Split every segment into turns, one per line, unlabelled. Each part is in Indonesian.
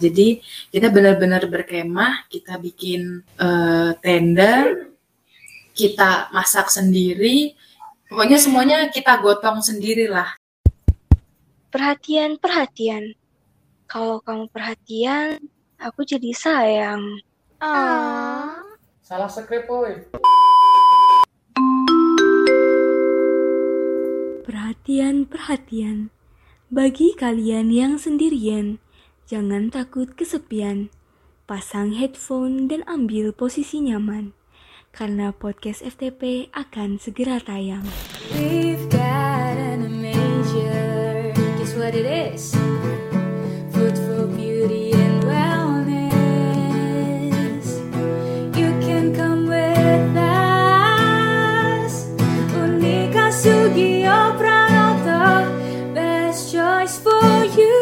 Jadi kita benar-benar berkemah, kita bikin tenda, kita masak sendiri, pokoknya semuanya kita gotong sendiri lah.
Perhatian. Kalau kamu perhatian, aku jadi sayang.
Salah skrip, woy.
Perhatian. Bagi kalian yang sendirian, jangan takut kesepian. Pasang headphone dan ambil posisi nyaman, karena podcast FTP akan segera tayang.
We've got an measure, guess what it is? Food for beauty and wellness. You can come with us. Unika Sugio Pranoto, best choice for you.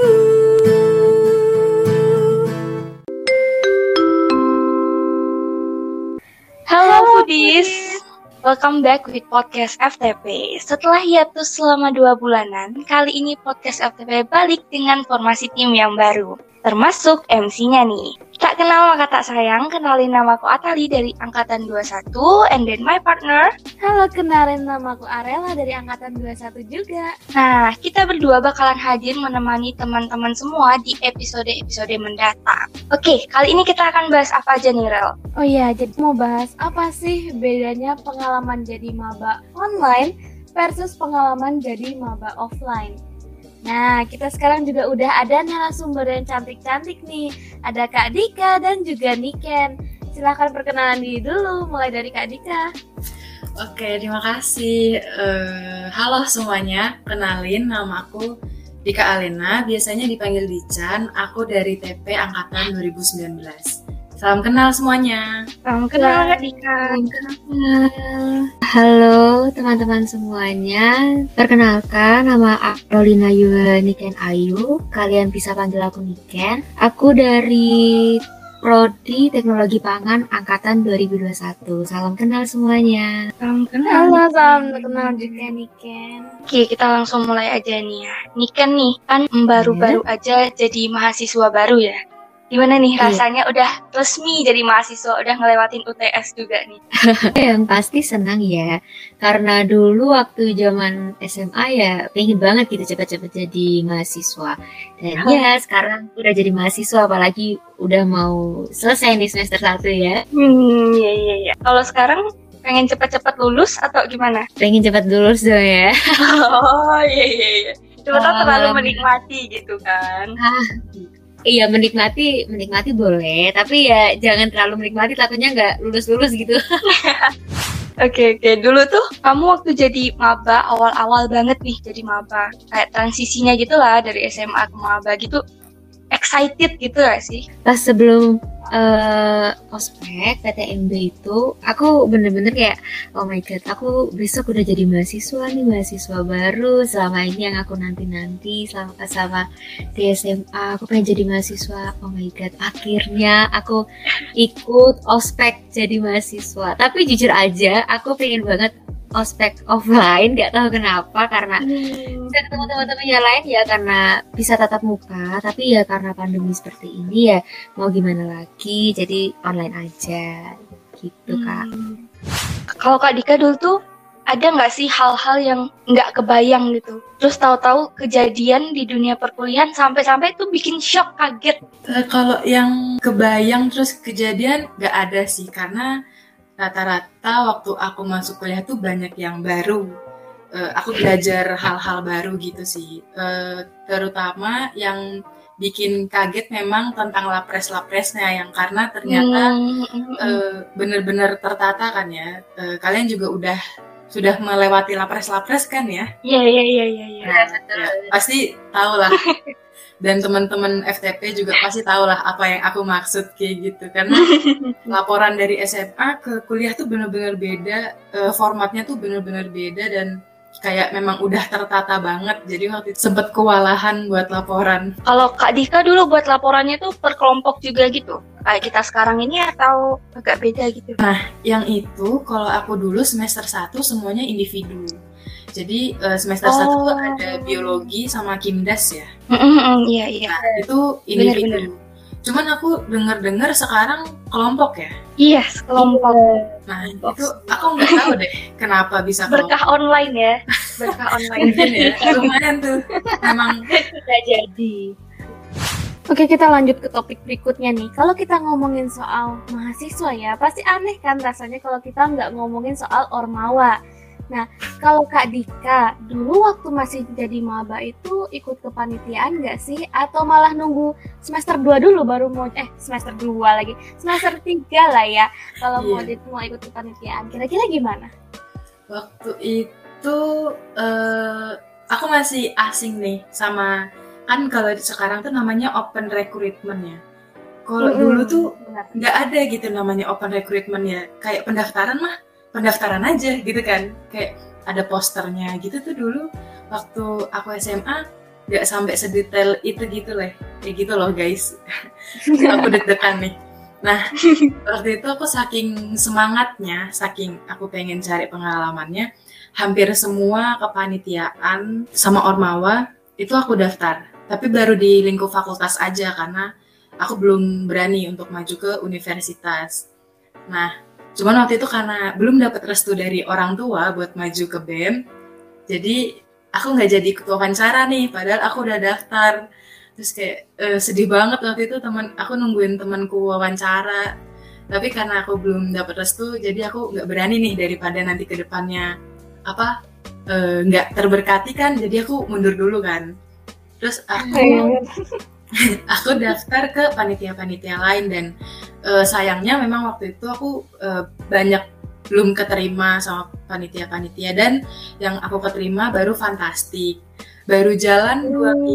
Halo foodies, welcome back with podcast FTP. Setelah hiatus selama 2 bulanan, kali ini podcast FTP balik dengan formasi tim yang baru, termasuk MC-nya nih. Tak kenal maka tak sayang, kenalin namaku Atali dari Angkatan 21, and then my partner.
Halo, kenalin namaku Arela dari Angkatan 21 juga.
Nah, kita berdua bakalan hadir menemani teman-teman semua di episode-episode mendatang. Oke, kali ini kita akan bahas apa aja nih, Rel?
Oh iya, jadi mau bahas apa sih bedanya pengalaman jadi maba online versus pengalaman jadi maba offline. Nah, kita sekarang juga udah ada narasumber yang cantik-cantik nih. Ada Kak Dika dan juga Niken. Silahkan perkenalan diri dulu, mulai dari Kak Dika.
Oke, terima kasih. Halo semuanya, kenalin nama aku Dika Alena, biasanya dipanggil Dican. Aku dari TP Angkatan 2019. Salam kenal semuanya.
Salam kenal Kak Dika.
Halo teman-teman semuanya. Perkenalkan, nama aku Rolina Yula Niken Ayu. Kalian bisa panggil aku Niken. Aku dari Prodi Teknologi Pangan Angkatan 2021. Salam kenal semuanya.
Salam kenal.
Halo, salam kenal juga Niken.
Oke, kita langsung mulai aja nih ya. Niken nih, kan baru-baru aja jadi mahasiswa baru ya. Gimana nih rasanya udah resmi jadi mahasiswa, udah ngelewatin UTS juga nih?
Yang pasti senang ya, karena dulu waktu zaman SMA ya pengen banget gitu cepet-cepet jadi mahasiswa. Dan ya sekarang udah jadi mahasiswa, apalagi udah mau selesai nih semester 1 ya.
Iya. Kalau sekarang pengen cepet-cepet lulus atau gimana?
Pengen cepet lulus dong ya.
Oh iya. Cuma terlalu menikmati gitu kan.
Iya, menikmati boleh, tapi ya jangan terlalu menikmati, takutnya nggak lulus gitu.
Oke. Dulu tuh kamu waktu jadi maba awal-awal banget nih jadi maba, kayak transisinya gitu lah dari SMA ke maba gitu, excited gitu gak sih?
Pas sebelum ospek PTMB itu, aku bener-bener kayak oh my god, aku besok udah jadi mahasiswa baru. Selama ini yang aku nanti sama di SMA, aku pengen jadi mahasiswa. Oh my god, akhirnya aku ikut ospek jadi mahasiswa. Tapi jujur aja, aku pengen banget ospek offline, nggak tahu kenapa, karena bisa ketemu teman-teman yang lain ya, karena bisa tatap muka, tapi ya karena pandemi seperti ini ya mau gimana lagi, jadi online aja gitu Kak.
Kalau Kak Dika dulu tuh ada nggak sih hal-hal yang nggak kebayang gitu, terus tahu-tahu kejadian di dunia perkuliahan sampai-sampai tuh bikin shock, kaget?
Kalau yang kebayang terus kejadian nggak ada sih, karena rata-rata waktu aku masuk kuliah tuh banyak yang baru. Aku belajar hal-hal baru gitu sih. Terutama yang bikin kaget memang tentang lapres-lapresnya, yang karena ternyata benar-benar tertata kan ya. Kalian juga sudah melewati lapres-lapres kan ya?
Iya.
Ya, pasti tahu lah. Dan teman-teman FTP juga pasti tahu lah apa yang aku maksud kayak gitu, karena laporan dari SMA ke kuliah tuh benar-benar beda, formatnya tuh benar-benar beda, dan kayak memang udah tertata banget, jadi waktu itu sempet kewalahan buat laporan.
Kalau Kak Dika dulu buat laporannya tuh per kelompok juga gitu, kayak kita sekarang ini, atau agak beda gitu?
Nah, yang itu kalau aku dulu semester 1 semuanya individu. Jadi semester 1 tuh ada biologi sama kimdas ya.
Iya.
Nah, itu individu. Cuman aku dengar sekarang kelompok ya.
Iya, kelompok.
Nah itu aku nggak tahu deh kenapa bisa
Berkah
kelompok.
online ya. Berkah online.
Mungkin ya, lumayan tuh. Emang
Tidak jadi.
Oke, kita lanjut ke topik berikutnya nih. Kalau kita ngomongin soal mahasiswa ya, pasti aneh kan rasanya kalau kita nggak ngomongin soal Ormawa. Nah, kalau Kak Dika, dulu waktu masih jadi maba itu ikut kepanitiaan nggak sih? Atau malah nunggu semester 2 dulu baru mau, semester 2 lagi, semester 3 lah ya, kalau mau ikut kepanitiaan. Kira-kira gimana?
waktu itu aku masih asing nih sama, kan kalau sekarang tuh namanya open recruitment ya. Kalau dulu tuh
Benar.
nggak ada gitu namanya open recruitment ya. Kayak pendaftaran aja gitu kan. Kayak ada posternya gitu tuh dulu. Waktu aku SMA nggak sampai sedetail itu gitu lah. Kayak gitu loh guys. Aku deg-degan nih. Nah, waktu itu aku saking semangatnya, saking aku pengen cari pengalamannya, hampir semua kepanitiaan sama Ormawa itu aku daftar. Tapi baru di lingkup fakultas aja karena aku belum berani untuk maju ke universitas. Nah, cuman waktu itu karena belum dapat restu dari orang tua buat maju ke BEM, jadi aku nggak jadi ikut wawancara nih, padahal aku udah daftar. Terus kayak sedih banget waktu itu, aku nungguin temanku wawancara. Tapi karena aku belum dapat restu, jadi aku nggak berani nih daripada nanti ke depannya nggak terberkati kan, jadi aku mundur dulu kan. Terus aku daftar ke panitia-panitia lain dan sayangnya memang waktu itu aku banyak belum keterima sama panitia-panitia, dan yang aku keterima baru Fantastik. Baru jalan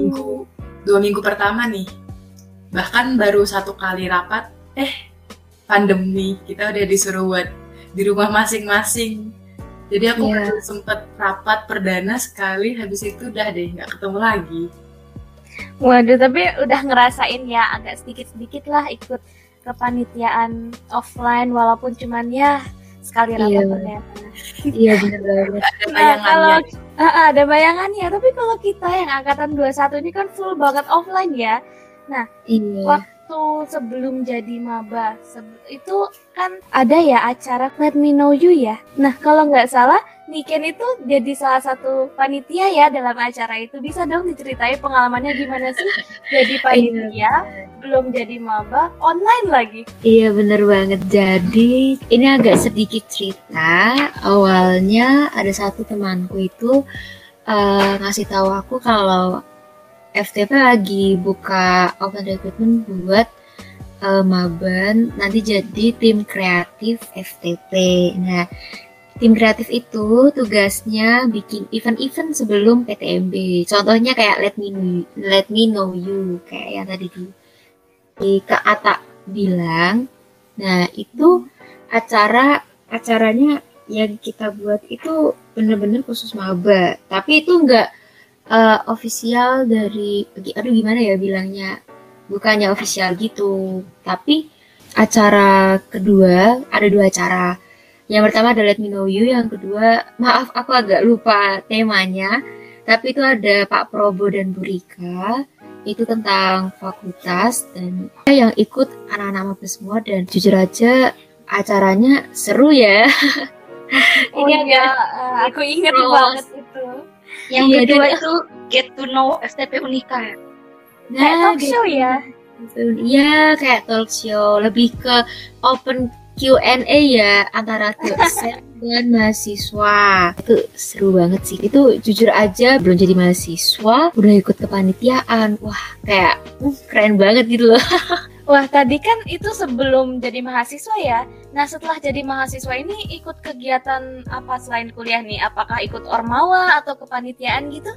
2 minggu pertama nih. Bahkan baru 1 kali rapat, pandemi, kita udah disuruh buat di rumah masing-masing. Jadi aku baru sempet rapat perdana sekali, habis itu udah deh nggak ketemu lagi.
Waduh, tapi udah ngerasain ya agak sedikit-sedikit lah ikut kepanitiaan offline walaupun cuman ya sekali rapat perdana.
Iya benar banget.
Ada
Nah,
bayangannya.
ada bayangannya, tapi kalau kita yang angkatan 21 ini kan full banget offline ya.
Iya.
Waktu sebelum jadi maba, itu kan ada ya acara Let Me Know You ya. Nah, kalau nggak salah, Niken itu jadi salah satu panitia ya dalam acara itu. Bisa dong diceritain pengalamannya gimana sih jadi panitia, belum jadi maba, online lagi.
Iya bener banget. Jadi ini agak sedikit cerita. Awalnya ada satu temanku itu ngasih tahu aku kalau FTP lagi buka open recruitment buat maban nanti jadi tim kreatif FTP. Nah, tim kreatif itu tugasnya bikin event-event sebelum PTMB. Contohnya kayak Let Me Know You kayak yang tadi di Kak Ata bilang. Nah, itu acaranya yang kita buat itu bener-bener khusus maba. Tapi itu enggak official dari, gimana ya bilangnya, bukannya official gitu. Tapi acara kedua, ada 2 acara. Yang pertama ada Let Me Know You, yang kedua, maaf aku agak lupa temanya, tapi itu ada Pak Probo dan Bu Rika, itu tentang fakultas, dan yang ikut anak-anak maba semua, dan jujur aja acaranya seru ya.
Ini agak aku inget banget itu.
Yang
Iya,
kedua
dan-
itu Get to Know FTP Unika ya.
Kayak talk show ya.
Iya, kayak talk show, lebih ke open Q&A ya antara dosen dan mahasiswa. Itu seru banget sih. Itu jujur aja belum jadi mahasiswa udah ikut kepanitiaan. Wah, kayak keren banget gitu loh.
Wah, tadi kan itu sebelum jadi mahasiswa ya. Nah, setelah jadi mahasiswa ini ikut kegiatan apa selain kuliah nih? Apakah ikut Ormawa atau kepanitiaan gitu?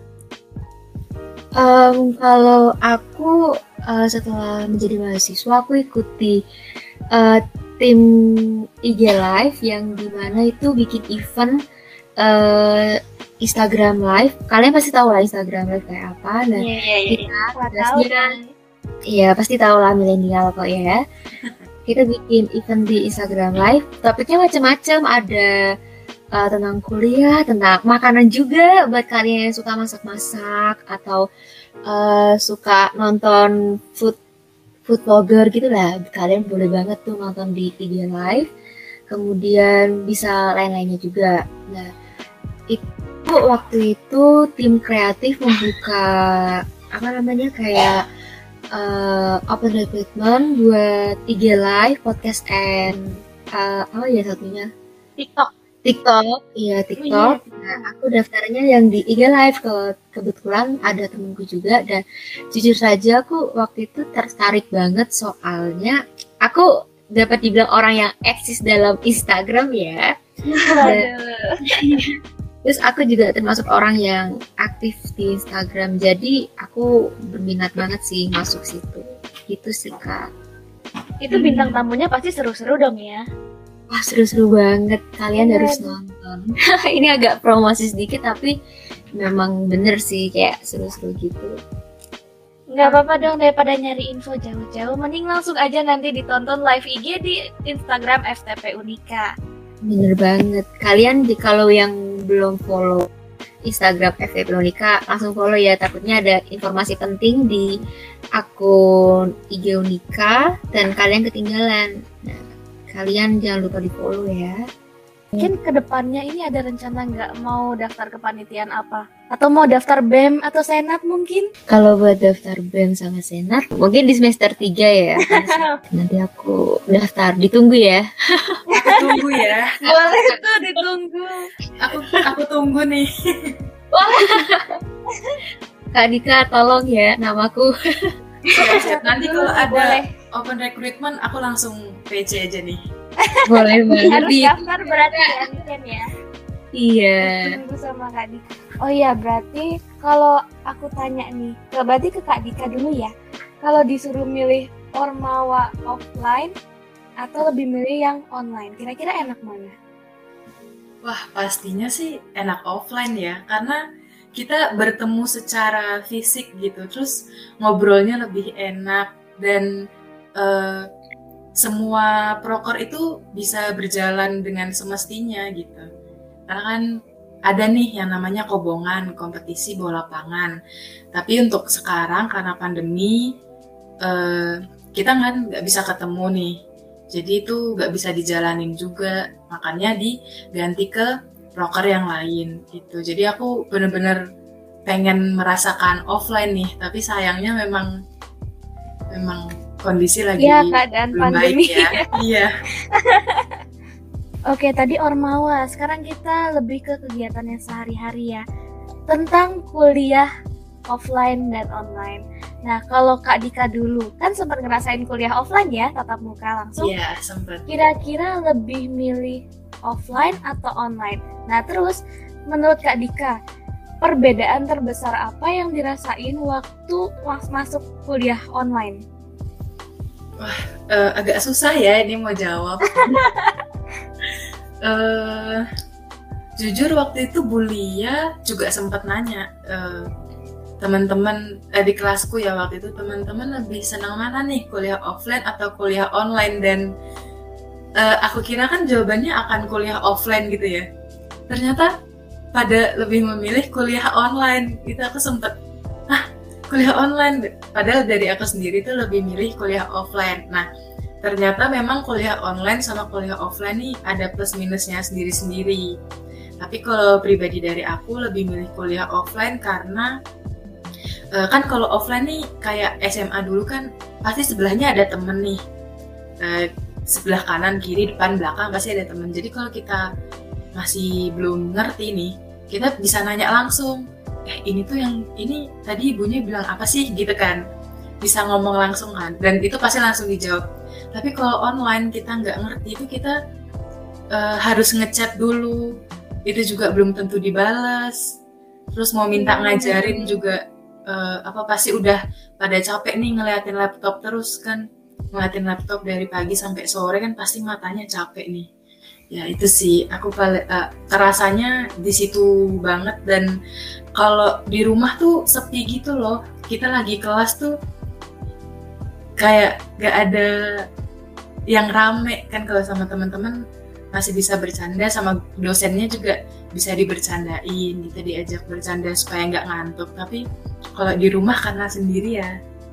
Kalau aku setelah menjadi mahasiswa aku ikuti tim IG Live yang dimana itu bikin event Instagram Live. Kalian pasti tahu lah Instagram Live kayak apa. Nah, kita tugasnya, iya pasti tahu lah milenial kok ya. Kita bikin event di Instagram Live. Topiknya macam-macam, ada tentang kuliah, tentang makanan juga buat kalian yang suka masak-masak atau suka nonton food food vlogger gitu lah. Kalian boleh banget tuh nonton di IG Live. Kemudian bisa lain-lainnya juga. Nah, itu waktu itu tim kreatif membuka apa namanya kayak open recruitment buat IG Live, podcast, and apa ya satunya? TikTok, iya TikTok. Nah, aku daftarnya yang di IG Live. Kebetulan ada temenku juga, dan jujur saja aku waktu itu tertarik banget soalnya aku dapat dibilang orang yang eksis dalam Instagram ya. Terus aku juga termasuk orang yang aktif di Instagram, jadi aku berminat banget sih masuk situ. Gitu sih Kak.
Itu bintang tamunya pasti seru-seru dong ya.
Wah, seru-seru banget. Kalian harus nonton. Ini agak promosi sedikit, tapi memang bener sih kayak seru-seru gitu.
Nggak apa-apa dong, daripada nyari info jauh-jauh, mending langsung aja nanti ditonton live IG di Instagram FTP Unika.
Bener banget. Kalian kalau yang belum follow Instagram FTP Unika, langsung follow ya. Takutnya ada informasi penting di akun IG Unika dan kalian ketinggalan. Nah, kalian jangan lupa di follow ya.
Mungkin kedepannya ini ada rencana nggak mau daftar kepanitiaan apa? Atau mau daftar BEM atau Senat mungkin?
Kalau buat daftar BEM sama Senat, mungkin di semester 3 ya. Nanti aku daftar, ditunggu ya.
Tunggu ya.
Boleh tuh ditunggu.
Aku tunggu nih.
Kak Dika, tolong ya namaku.
Siap. Nanti kalau ada
Boleh.
open recruitment, aku langsung PC aja nih.
Boleh banget.
Harus daftar berarti ya, Niken ya.
Iya.
Tunggu sama Kak Dika. Oh iya, berarti kalau aku tanya nih, berarti ke Kak Dika dulu ya. Kalau disuruh milih Ormawa offline atau lebih milih yang online, kira-kira enak mana?
Wah, pastinya sih enak offline ya, karena kita bertemu secara fisik gitu, terus ngobrolnya lebih enak, dan semua proker itu bisa berjalan dengan semestinya gitu. Karena kan ada nih yang namanya kobongan, kompetisi bola lapangan. Tapi untuk sekarang karena pandemi, kita kan nggak bisa ketemu nih. Jadi itu nggak bisa dijalanin juga, makanya diganti ke proker yang lain gitu. Jadi aku bener-bener pengen merasakan offline nih, tapi sayangnya memang kondisi lagi
ya, keadaan
belum
pandemi
baik ya. Iya.
Oke, tadi Ormawa. Sekarang kita lebih ke kegiatannya sehari-hari ya. Tentang kuliah offline dan online. Nah, kalau Kak Dika dulu, kan sempat ngerasain kuliah offline ya, tatap muka langsung.
Iya, sempat.
Kira-kira lebih milih offline atau online? Nah, terus menurut Kak Dika, perbedaan terbesar apa yang dirasain waktu masuk kuliah online?
Agak susah ya ini mau jawab. Jujur waktu itu Bulia juga sempat nanya teman-teman di kelasku ya, waktu itu teman-teman lebih senang mana nih, kuliah offline atau kuliah online, dan aku kira kan jawabannya akan kuliah offline gitu ya. Ternyata pada lebih memilih kuliah online. Itu aku sempat kuliah online, padahal dari aku sendiri tuh lebih milih kuliah offline. Nah, ternyata memang kuliah online sama kuliah offline nih ada plus minusnya sendiri-sendiri. Tapi kalau pribadi dari aku lebih milih kuliah offline karena kan kalau offline nih kayak SMA dulu kan pasti sebelahnya ada temen nih, sebelah kanan, kiri, depan, belakang pasti ada temen. Jadi kalau kita masih belum ngerti nih, kita bisa nanya langsung. Ini tuh yang ini tadi ibunya bilang apa sih gitu kan, bisa ngomong langsung kan, dan itu pasti langsung dijawab. Tapi kalau online kita nggak ngerti itu kita harus ngechat dulu, itu juga belum tentu dibalas. Terus mau minta ngajarin juga pasti udah pada capek nih ngeliatin laptop terus kan, ngeliatin laptop dari pagi sampai sore kan pasti matanya capek nih. Ya itu sih aku kerasanya di situ banget. Dan kalau di rumah tuh sepi gitu loh, kita lagi kelas tuh kayak gak ada yang rame kan. Kalau sama teman-teman masih bisa bercanda, sama dosennya juga bisa dibercandain gitu, diajak bercanda supaya nggak ngantuk. Tapi kalau di rumah karena sendiri ya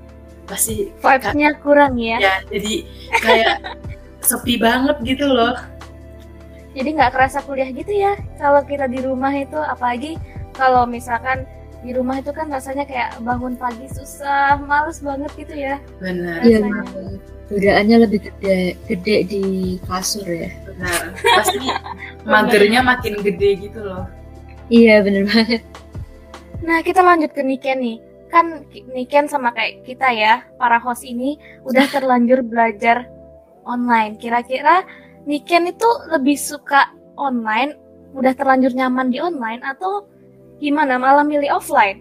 pasti
Vibes-nya kurang ya.
ya jadi kayak sepi banget gitu loh.
Jadi nggak kerasa kuliah gitu ya kalau kita di rumah itu, apalagi kalau misalkan di rumah itu kan rasanya kayak bangun pagi susah, males banget gitu ya.
Benar.
Iya,
Rasanya.
godaannya lebih gede di kasur ya.
Benar. Pasti magernya makin gede gitu loh.
Iya, bener banget.
Nah, kita lanjut ke Niken nih. Kan Niken sama kayak kita ya, para host ini udah terlanjur belajar online. Kira-kira Niken itu lebih suka online, udah terlanjur nyaman di online, atau gimana, malah milih offline?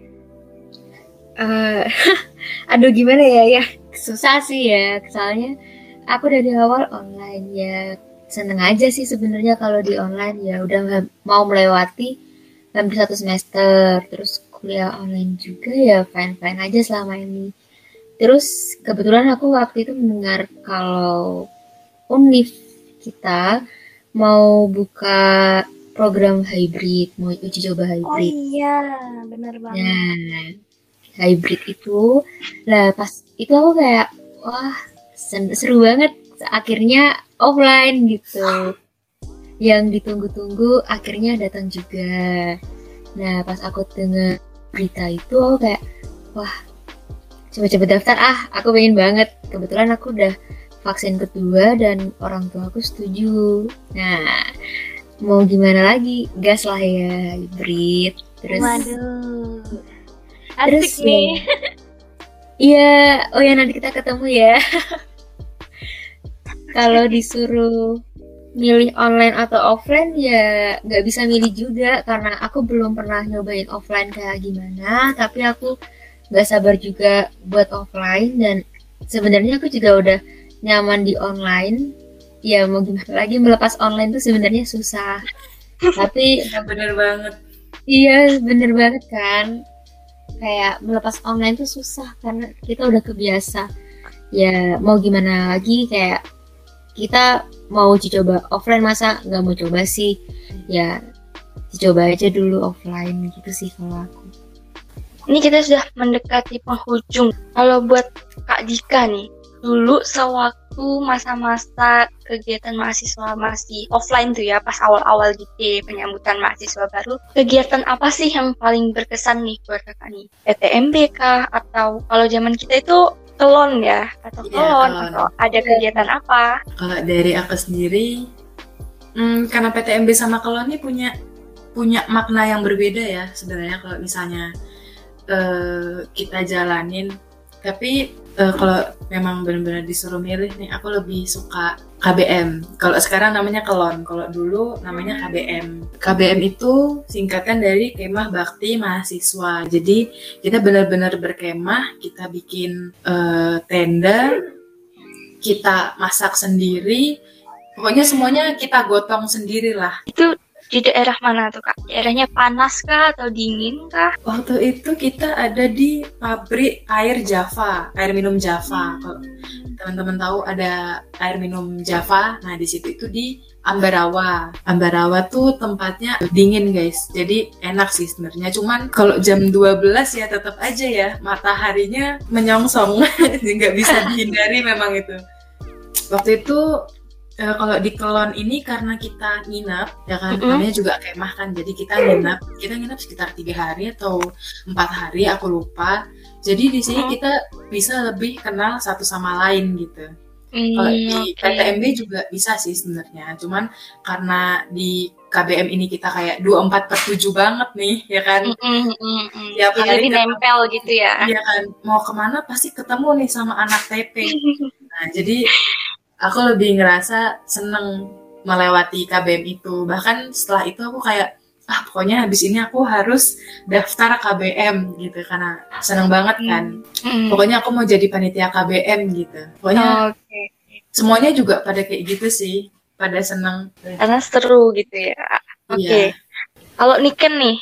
Aduh, gimana ya? Susah sih ya. Soalnya aku dari awal online ya. Seneng aja sih sebenarnya kalau di online ya. Udah mau melewati hampir 1 semester. Terus kuliah online juga ya fine-fine aja selama ini. Terus kebetulan aku waktu itu mendengar kalau Univ kita mau buka program hybrid, mau uji coba
Oh
hybrid.
iya, bener banget.
Nah, hybrid itu, lah pas itu aku kayak, wah seru banget. Akhirnya offline gitu. Yang ditunggu-tunggu akhirnya datang juga. Nah, pas aku dengar berita itu aku kayak, wah cepet-cepet daftar, aku pengen banget. Kebetulan aku udah vaksin kedua dan orang tua aku setuju. Nah, mau gimana lagi, gas lah ya, hybrid. Terus
Waduh,
terus
asik nih.
iya, oh ya nanti kita ketemu ya. Kalau disuruh milih online atau offline ya nggak bisa milih juga, karena aku belum pernah nyobain offline kayak gimana, tapi aku nggak sabar juga buat offline. Dan sebenarnya aku juga udah nyaman di online. Ya mau gimana lagi, melepas online tuh sebenarnya susah. Tapi
Ya bener banget.
iya bener banget kan, kayak melepas online tuh susah karena kita udah kebiasa. Ya mau gimana lagi, kayak kita mau uji coba offline, masa nggak mau coba sih? Ya dicoba aja dulu offline gitu sih kalau aku.
Ini kita sudah mendekati penghujung. Kalau buat Kak Dika nih, dulu sewaktu masa-masa kegiatan mahasiswa masih offline tuh ya, pas awal-awal gitu penyambutan mahasiswa baru, kegiatan apa sih yang paling berkesan nih buat kakak nih? PTMB kah? Atau kalau zaman kita itu kelon ya? Atau
Iya,
kelon?
kelon.
Atau ada kegiatan apa?
Kalau dari aku sendiri, karena PTMB sama kelon ini punya makna yang berbeda ya sebenarnya kalau misalnya kita jalanin. Tapi kalau memang benar-benar disuruh milih nih, aku lebih suka KBM. Kalau sekarang namanya kelon, kalau dulu namanya KBM. KBM itu singkatan dari Kemah Bakti Mahasiswa. Jadi kita benar-benar berkemah, kita bikin tenda, kita masak sendiri, pokoknya semuanya kita gotong sendiri lah.
Itu di daerah mana tuh Kak? Daerahnya panas kah atau dingin kah?
Waktu itu kita ada di pabrik air Java, air minum Java. Kalau teman-teman tahu ada air minum Java, nah di situ itu di Ambarawa. Ambarawa tuh tempatnya dingin guys, jadi enak sih sebenarnya. Cuman kalau jam 12 ya tetap aja ya mataharinya menyongsong, nggak bisa dihindari memang itu. Waktu itu kalau di Kelon ini karena kita nginap, ya kan, namanya juga kemah kan, jadi kita nginap sekitar 3 hari atau 4 hari, aku lupa. Jadi di sini kita bisa lebih kenal satu sama lain gitu. Kalau di PTMB juga bisa sih sebenarnya, cuman karena di KBM ini kita kayak 24/7 banget nih, ya kan. Tiap hari
lebih nempel gitu ya.
Iya kan, mau kemana pasti ketemu nih sama anak TP. Nah jadi aku lebih ngerasa seneng melewati KBM itu. Bahkan setelah itu aku kayak, pokoknya habis ini aku harus daftar KBM gitu. Karena seneng banget kan. Pokoknya aku mau jadi panitia KBM gitu. Pokoknya semuanya juga pada kayak gitu sih. Pada seneng.
Karena seru gitu ya. Oke. Kalau Niken nih,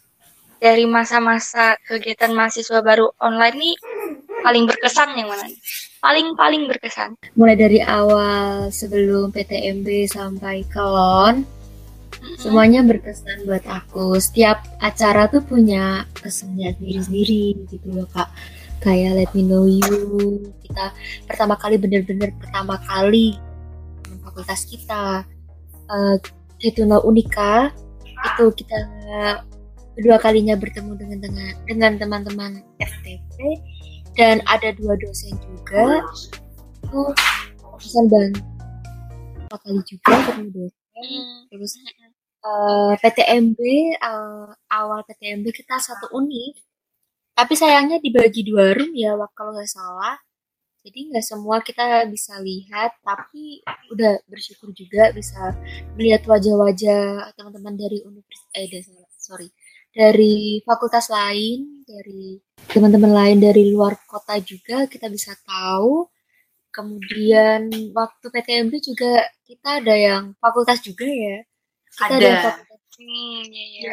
dari masa-masa kegiatan mahasiswa baru online nih, paling berkesan yang mana nih? Paling berkesan.
Mulai dari awal sebelum PTMB sampai Kelon, semuanya berkesan buat aku. Setiap acara tuh punya kesannya sendiri-sendiri gitu loh Kak. kayak Let Me Know You. Kita bener-bener pertama kali fakultas kita Get to Know Unika, itu kita kedua kalinya bertemu dengan teman-teman FTP, dan ada 2 dosen juga. Itu dosen banget kali juga ketemu dosen. Terus PTMB, awal PTMB kita satu univ, tapi sayangnya dibagi 2 room ya kalau nggak salah. Jadi nggak semua kita bisa lihat, tapi udah bersyukur juga bisa melihat wajah-wajah teman-teman dari dari fakultas lain, dari teman-teman lain dari luar kota juga kita bisa tahu. Kemudian waktu PTMB juga kita ada yang fakultas juga ya. Kita ada yang fakultas. Ya.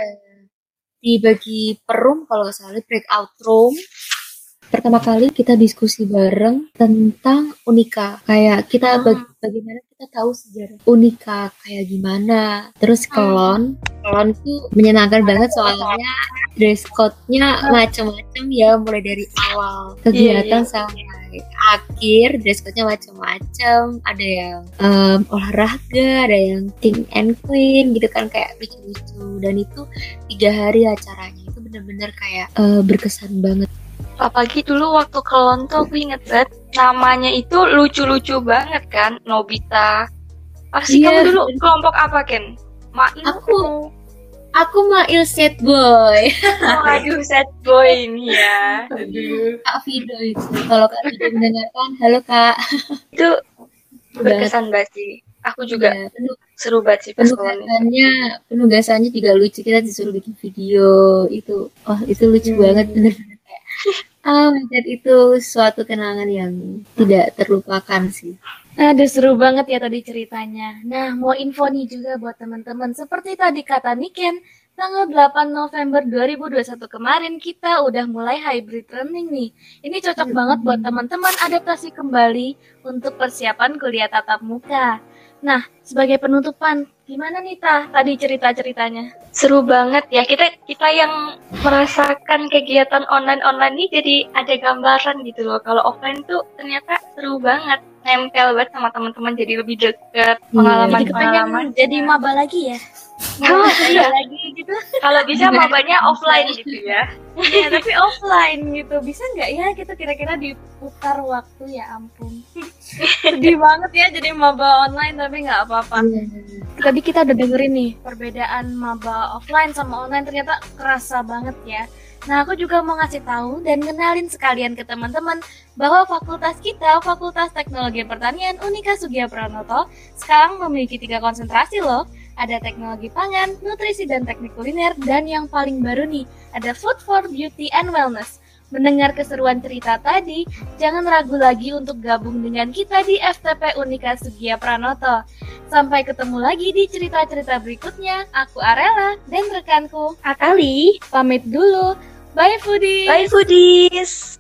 Dibagi per room kalau nggak salah, breakout room. Pertama kali kita diskusi bareng tentang Unika. Kayak kita bagaimana kita tahu sejarah Unika kayak gimana. Terus Kelon itu menyenangkan banget soalnya dress code-nya macam-macam ya, mulai dari awal kegiatan sampai akhir dress code-nya macam-macam. Ada yang olahraga, ada yang king and queen gitu kan, kayak lucu-lucu. Dan itu 3 hari acaranya, itu benar-benar kayak berkesan banget.
Apalagi dulu waktu Kelon tuh aku inget banget, namanya itu lucu-lucu banget kan, Nobita. Pasti kamu dulu kelompok apa, Ken? Mail?
Aku Mail Sad Boy.
Aduh, Sad Boy ini ya. Aduh.
Kak Fido itu. Kalau Kak Fido mendengarkan, halo Kak.
Itu berkesan banget sih. Aku juga seru banget sih pas Kelon.
Penugasannya juga lucu. Kita disuruh bikin video itu. Itu lucu banget, bener-bener kayak itu suatu kenangan yang tidak terlupakan sih.
Aduh, seru banget ya tadi ceritanya. Nah, mau info nih juga buat teman-teman. Seperti tadi kata Niken, tanggal 8 November 2021 kemarin kita udah mulai hybrid learning nih. Ini cocok banget buat teman-teman adaptasi kembali untuk persiapan kuliah tatap muka. Nah, sebagai penutupan, gimana nih tadi cerita-ceritanya?
Seru banget ya, kita yang merasakan kegiatan online ini jadi ada gambaran gitu loh. Kalau offline tuh ternyata seru banget, nempel banget sama teman-teman, jadi lebih dekat, pengalaman.
Jadi maba lagi ya?
Iya lagi gitu. Kalau bisa mabanya offline gitu ya.
Iya, tapi offline gitu. Bisa nggak ya kita kira-kira diputar waktu, ya ampun. Sedih banget ya jadi maba online, tapi nggak apa-apa. Tadi kita udah dengerin nih perbedaan maba offline sama online, ternyata kerasa banget ya. Nah, aku juga mau ngasih tahu dan kenalin sekalian ke teman-teman bahwa fakultas kita, Fakultas Teknologi Pertanian Unika Sugiya Pranoto, sekarang memiliki 3 konsentrasi loh. Ada teknologi pangan, nutrisi dan teknik kuliner, dan yang paling baru nih, ada Food for Beauty and Wellness. Mendengar keseruan cerita tadi, jangan ragu lagi untuk gabung dengan kita di FTP Unika Sugiya Pranoto. Sampai ketemu lagi di cerita-cerita berikutnya. Aku Arela dan rekanku
Atali.
Pamit dulu. Bye foodies.
Bye foodies.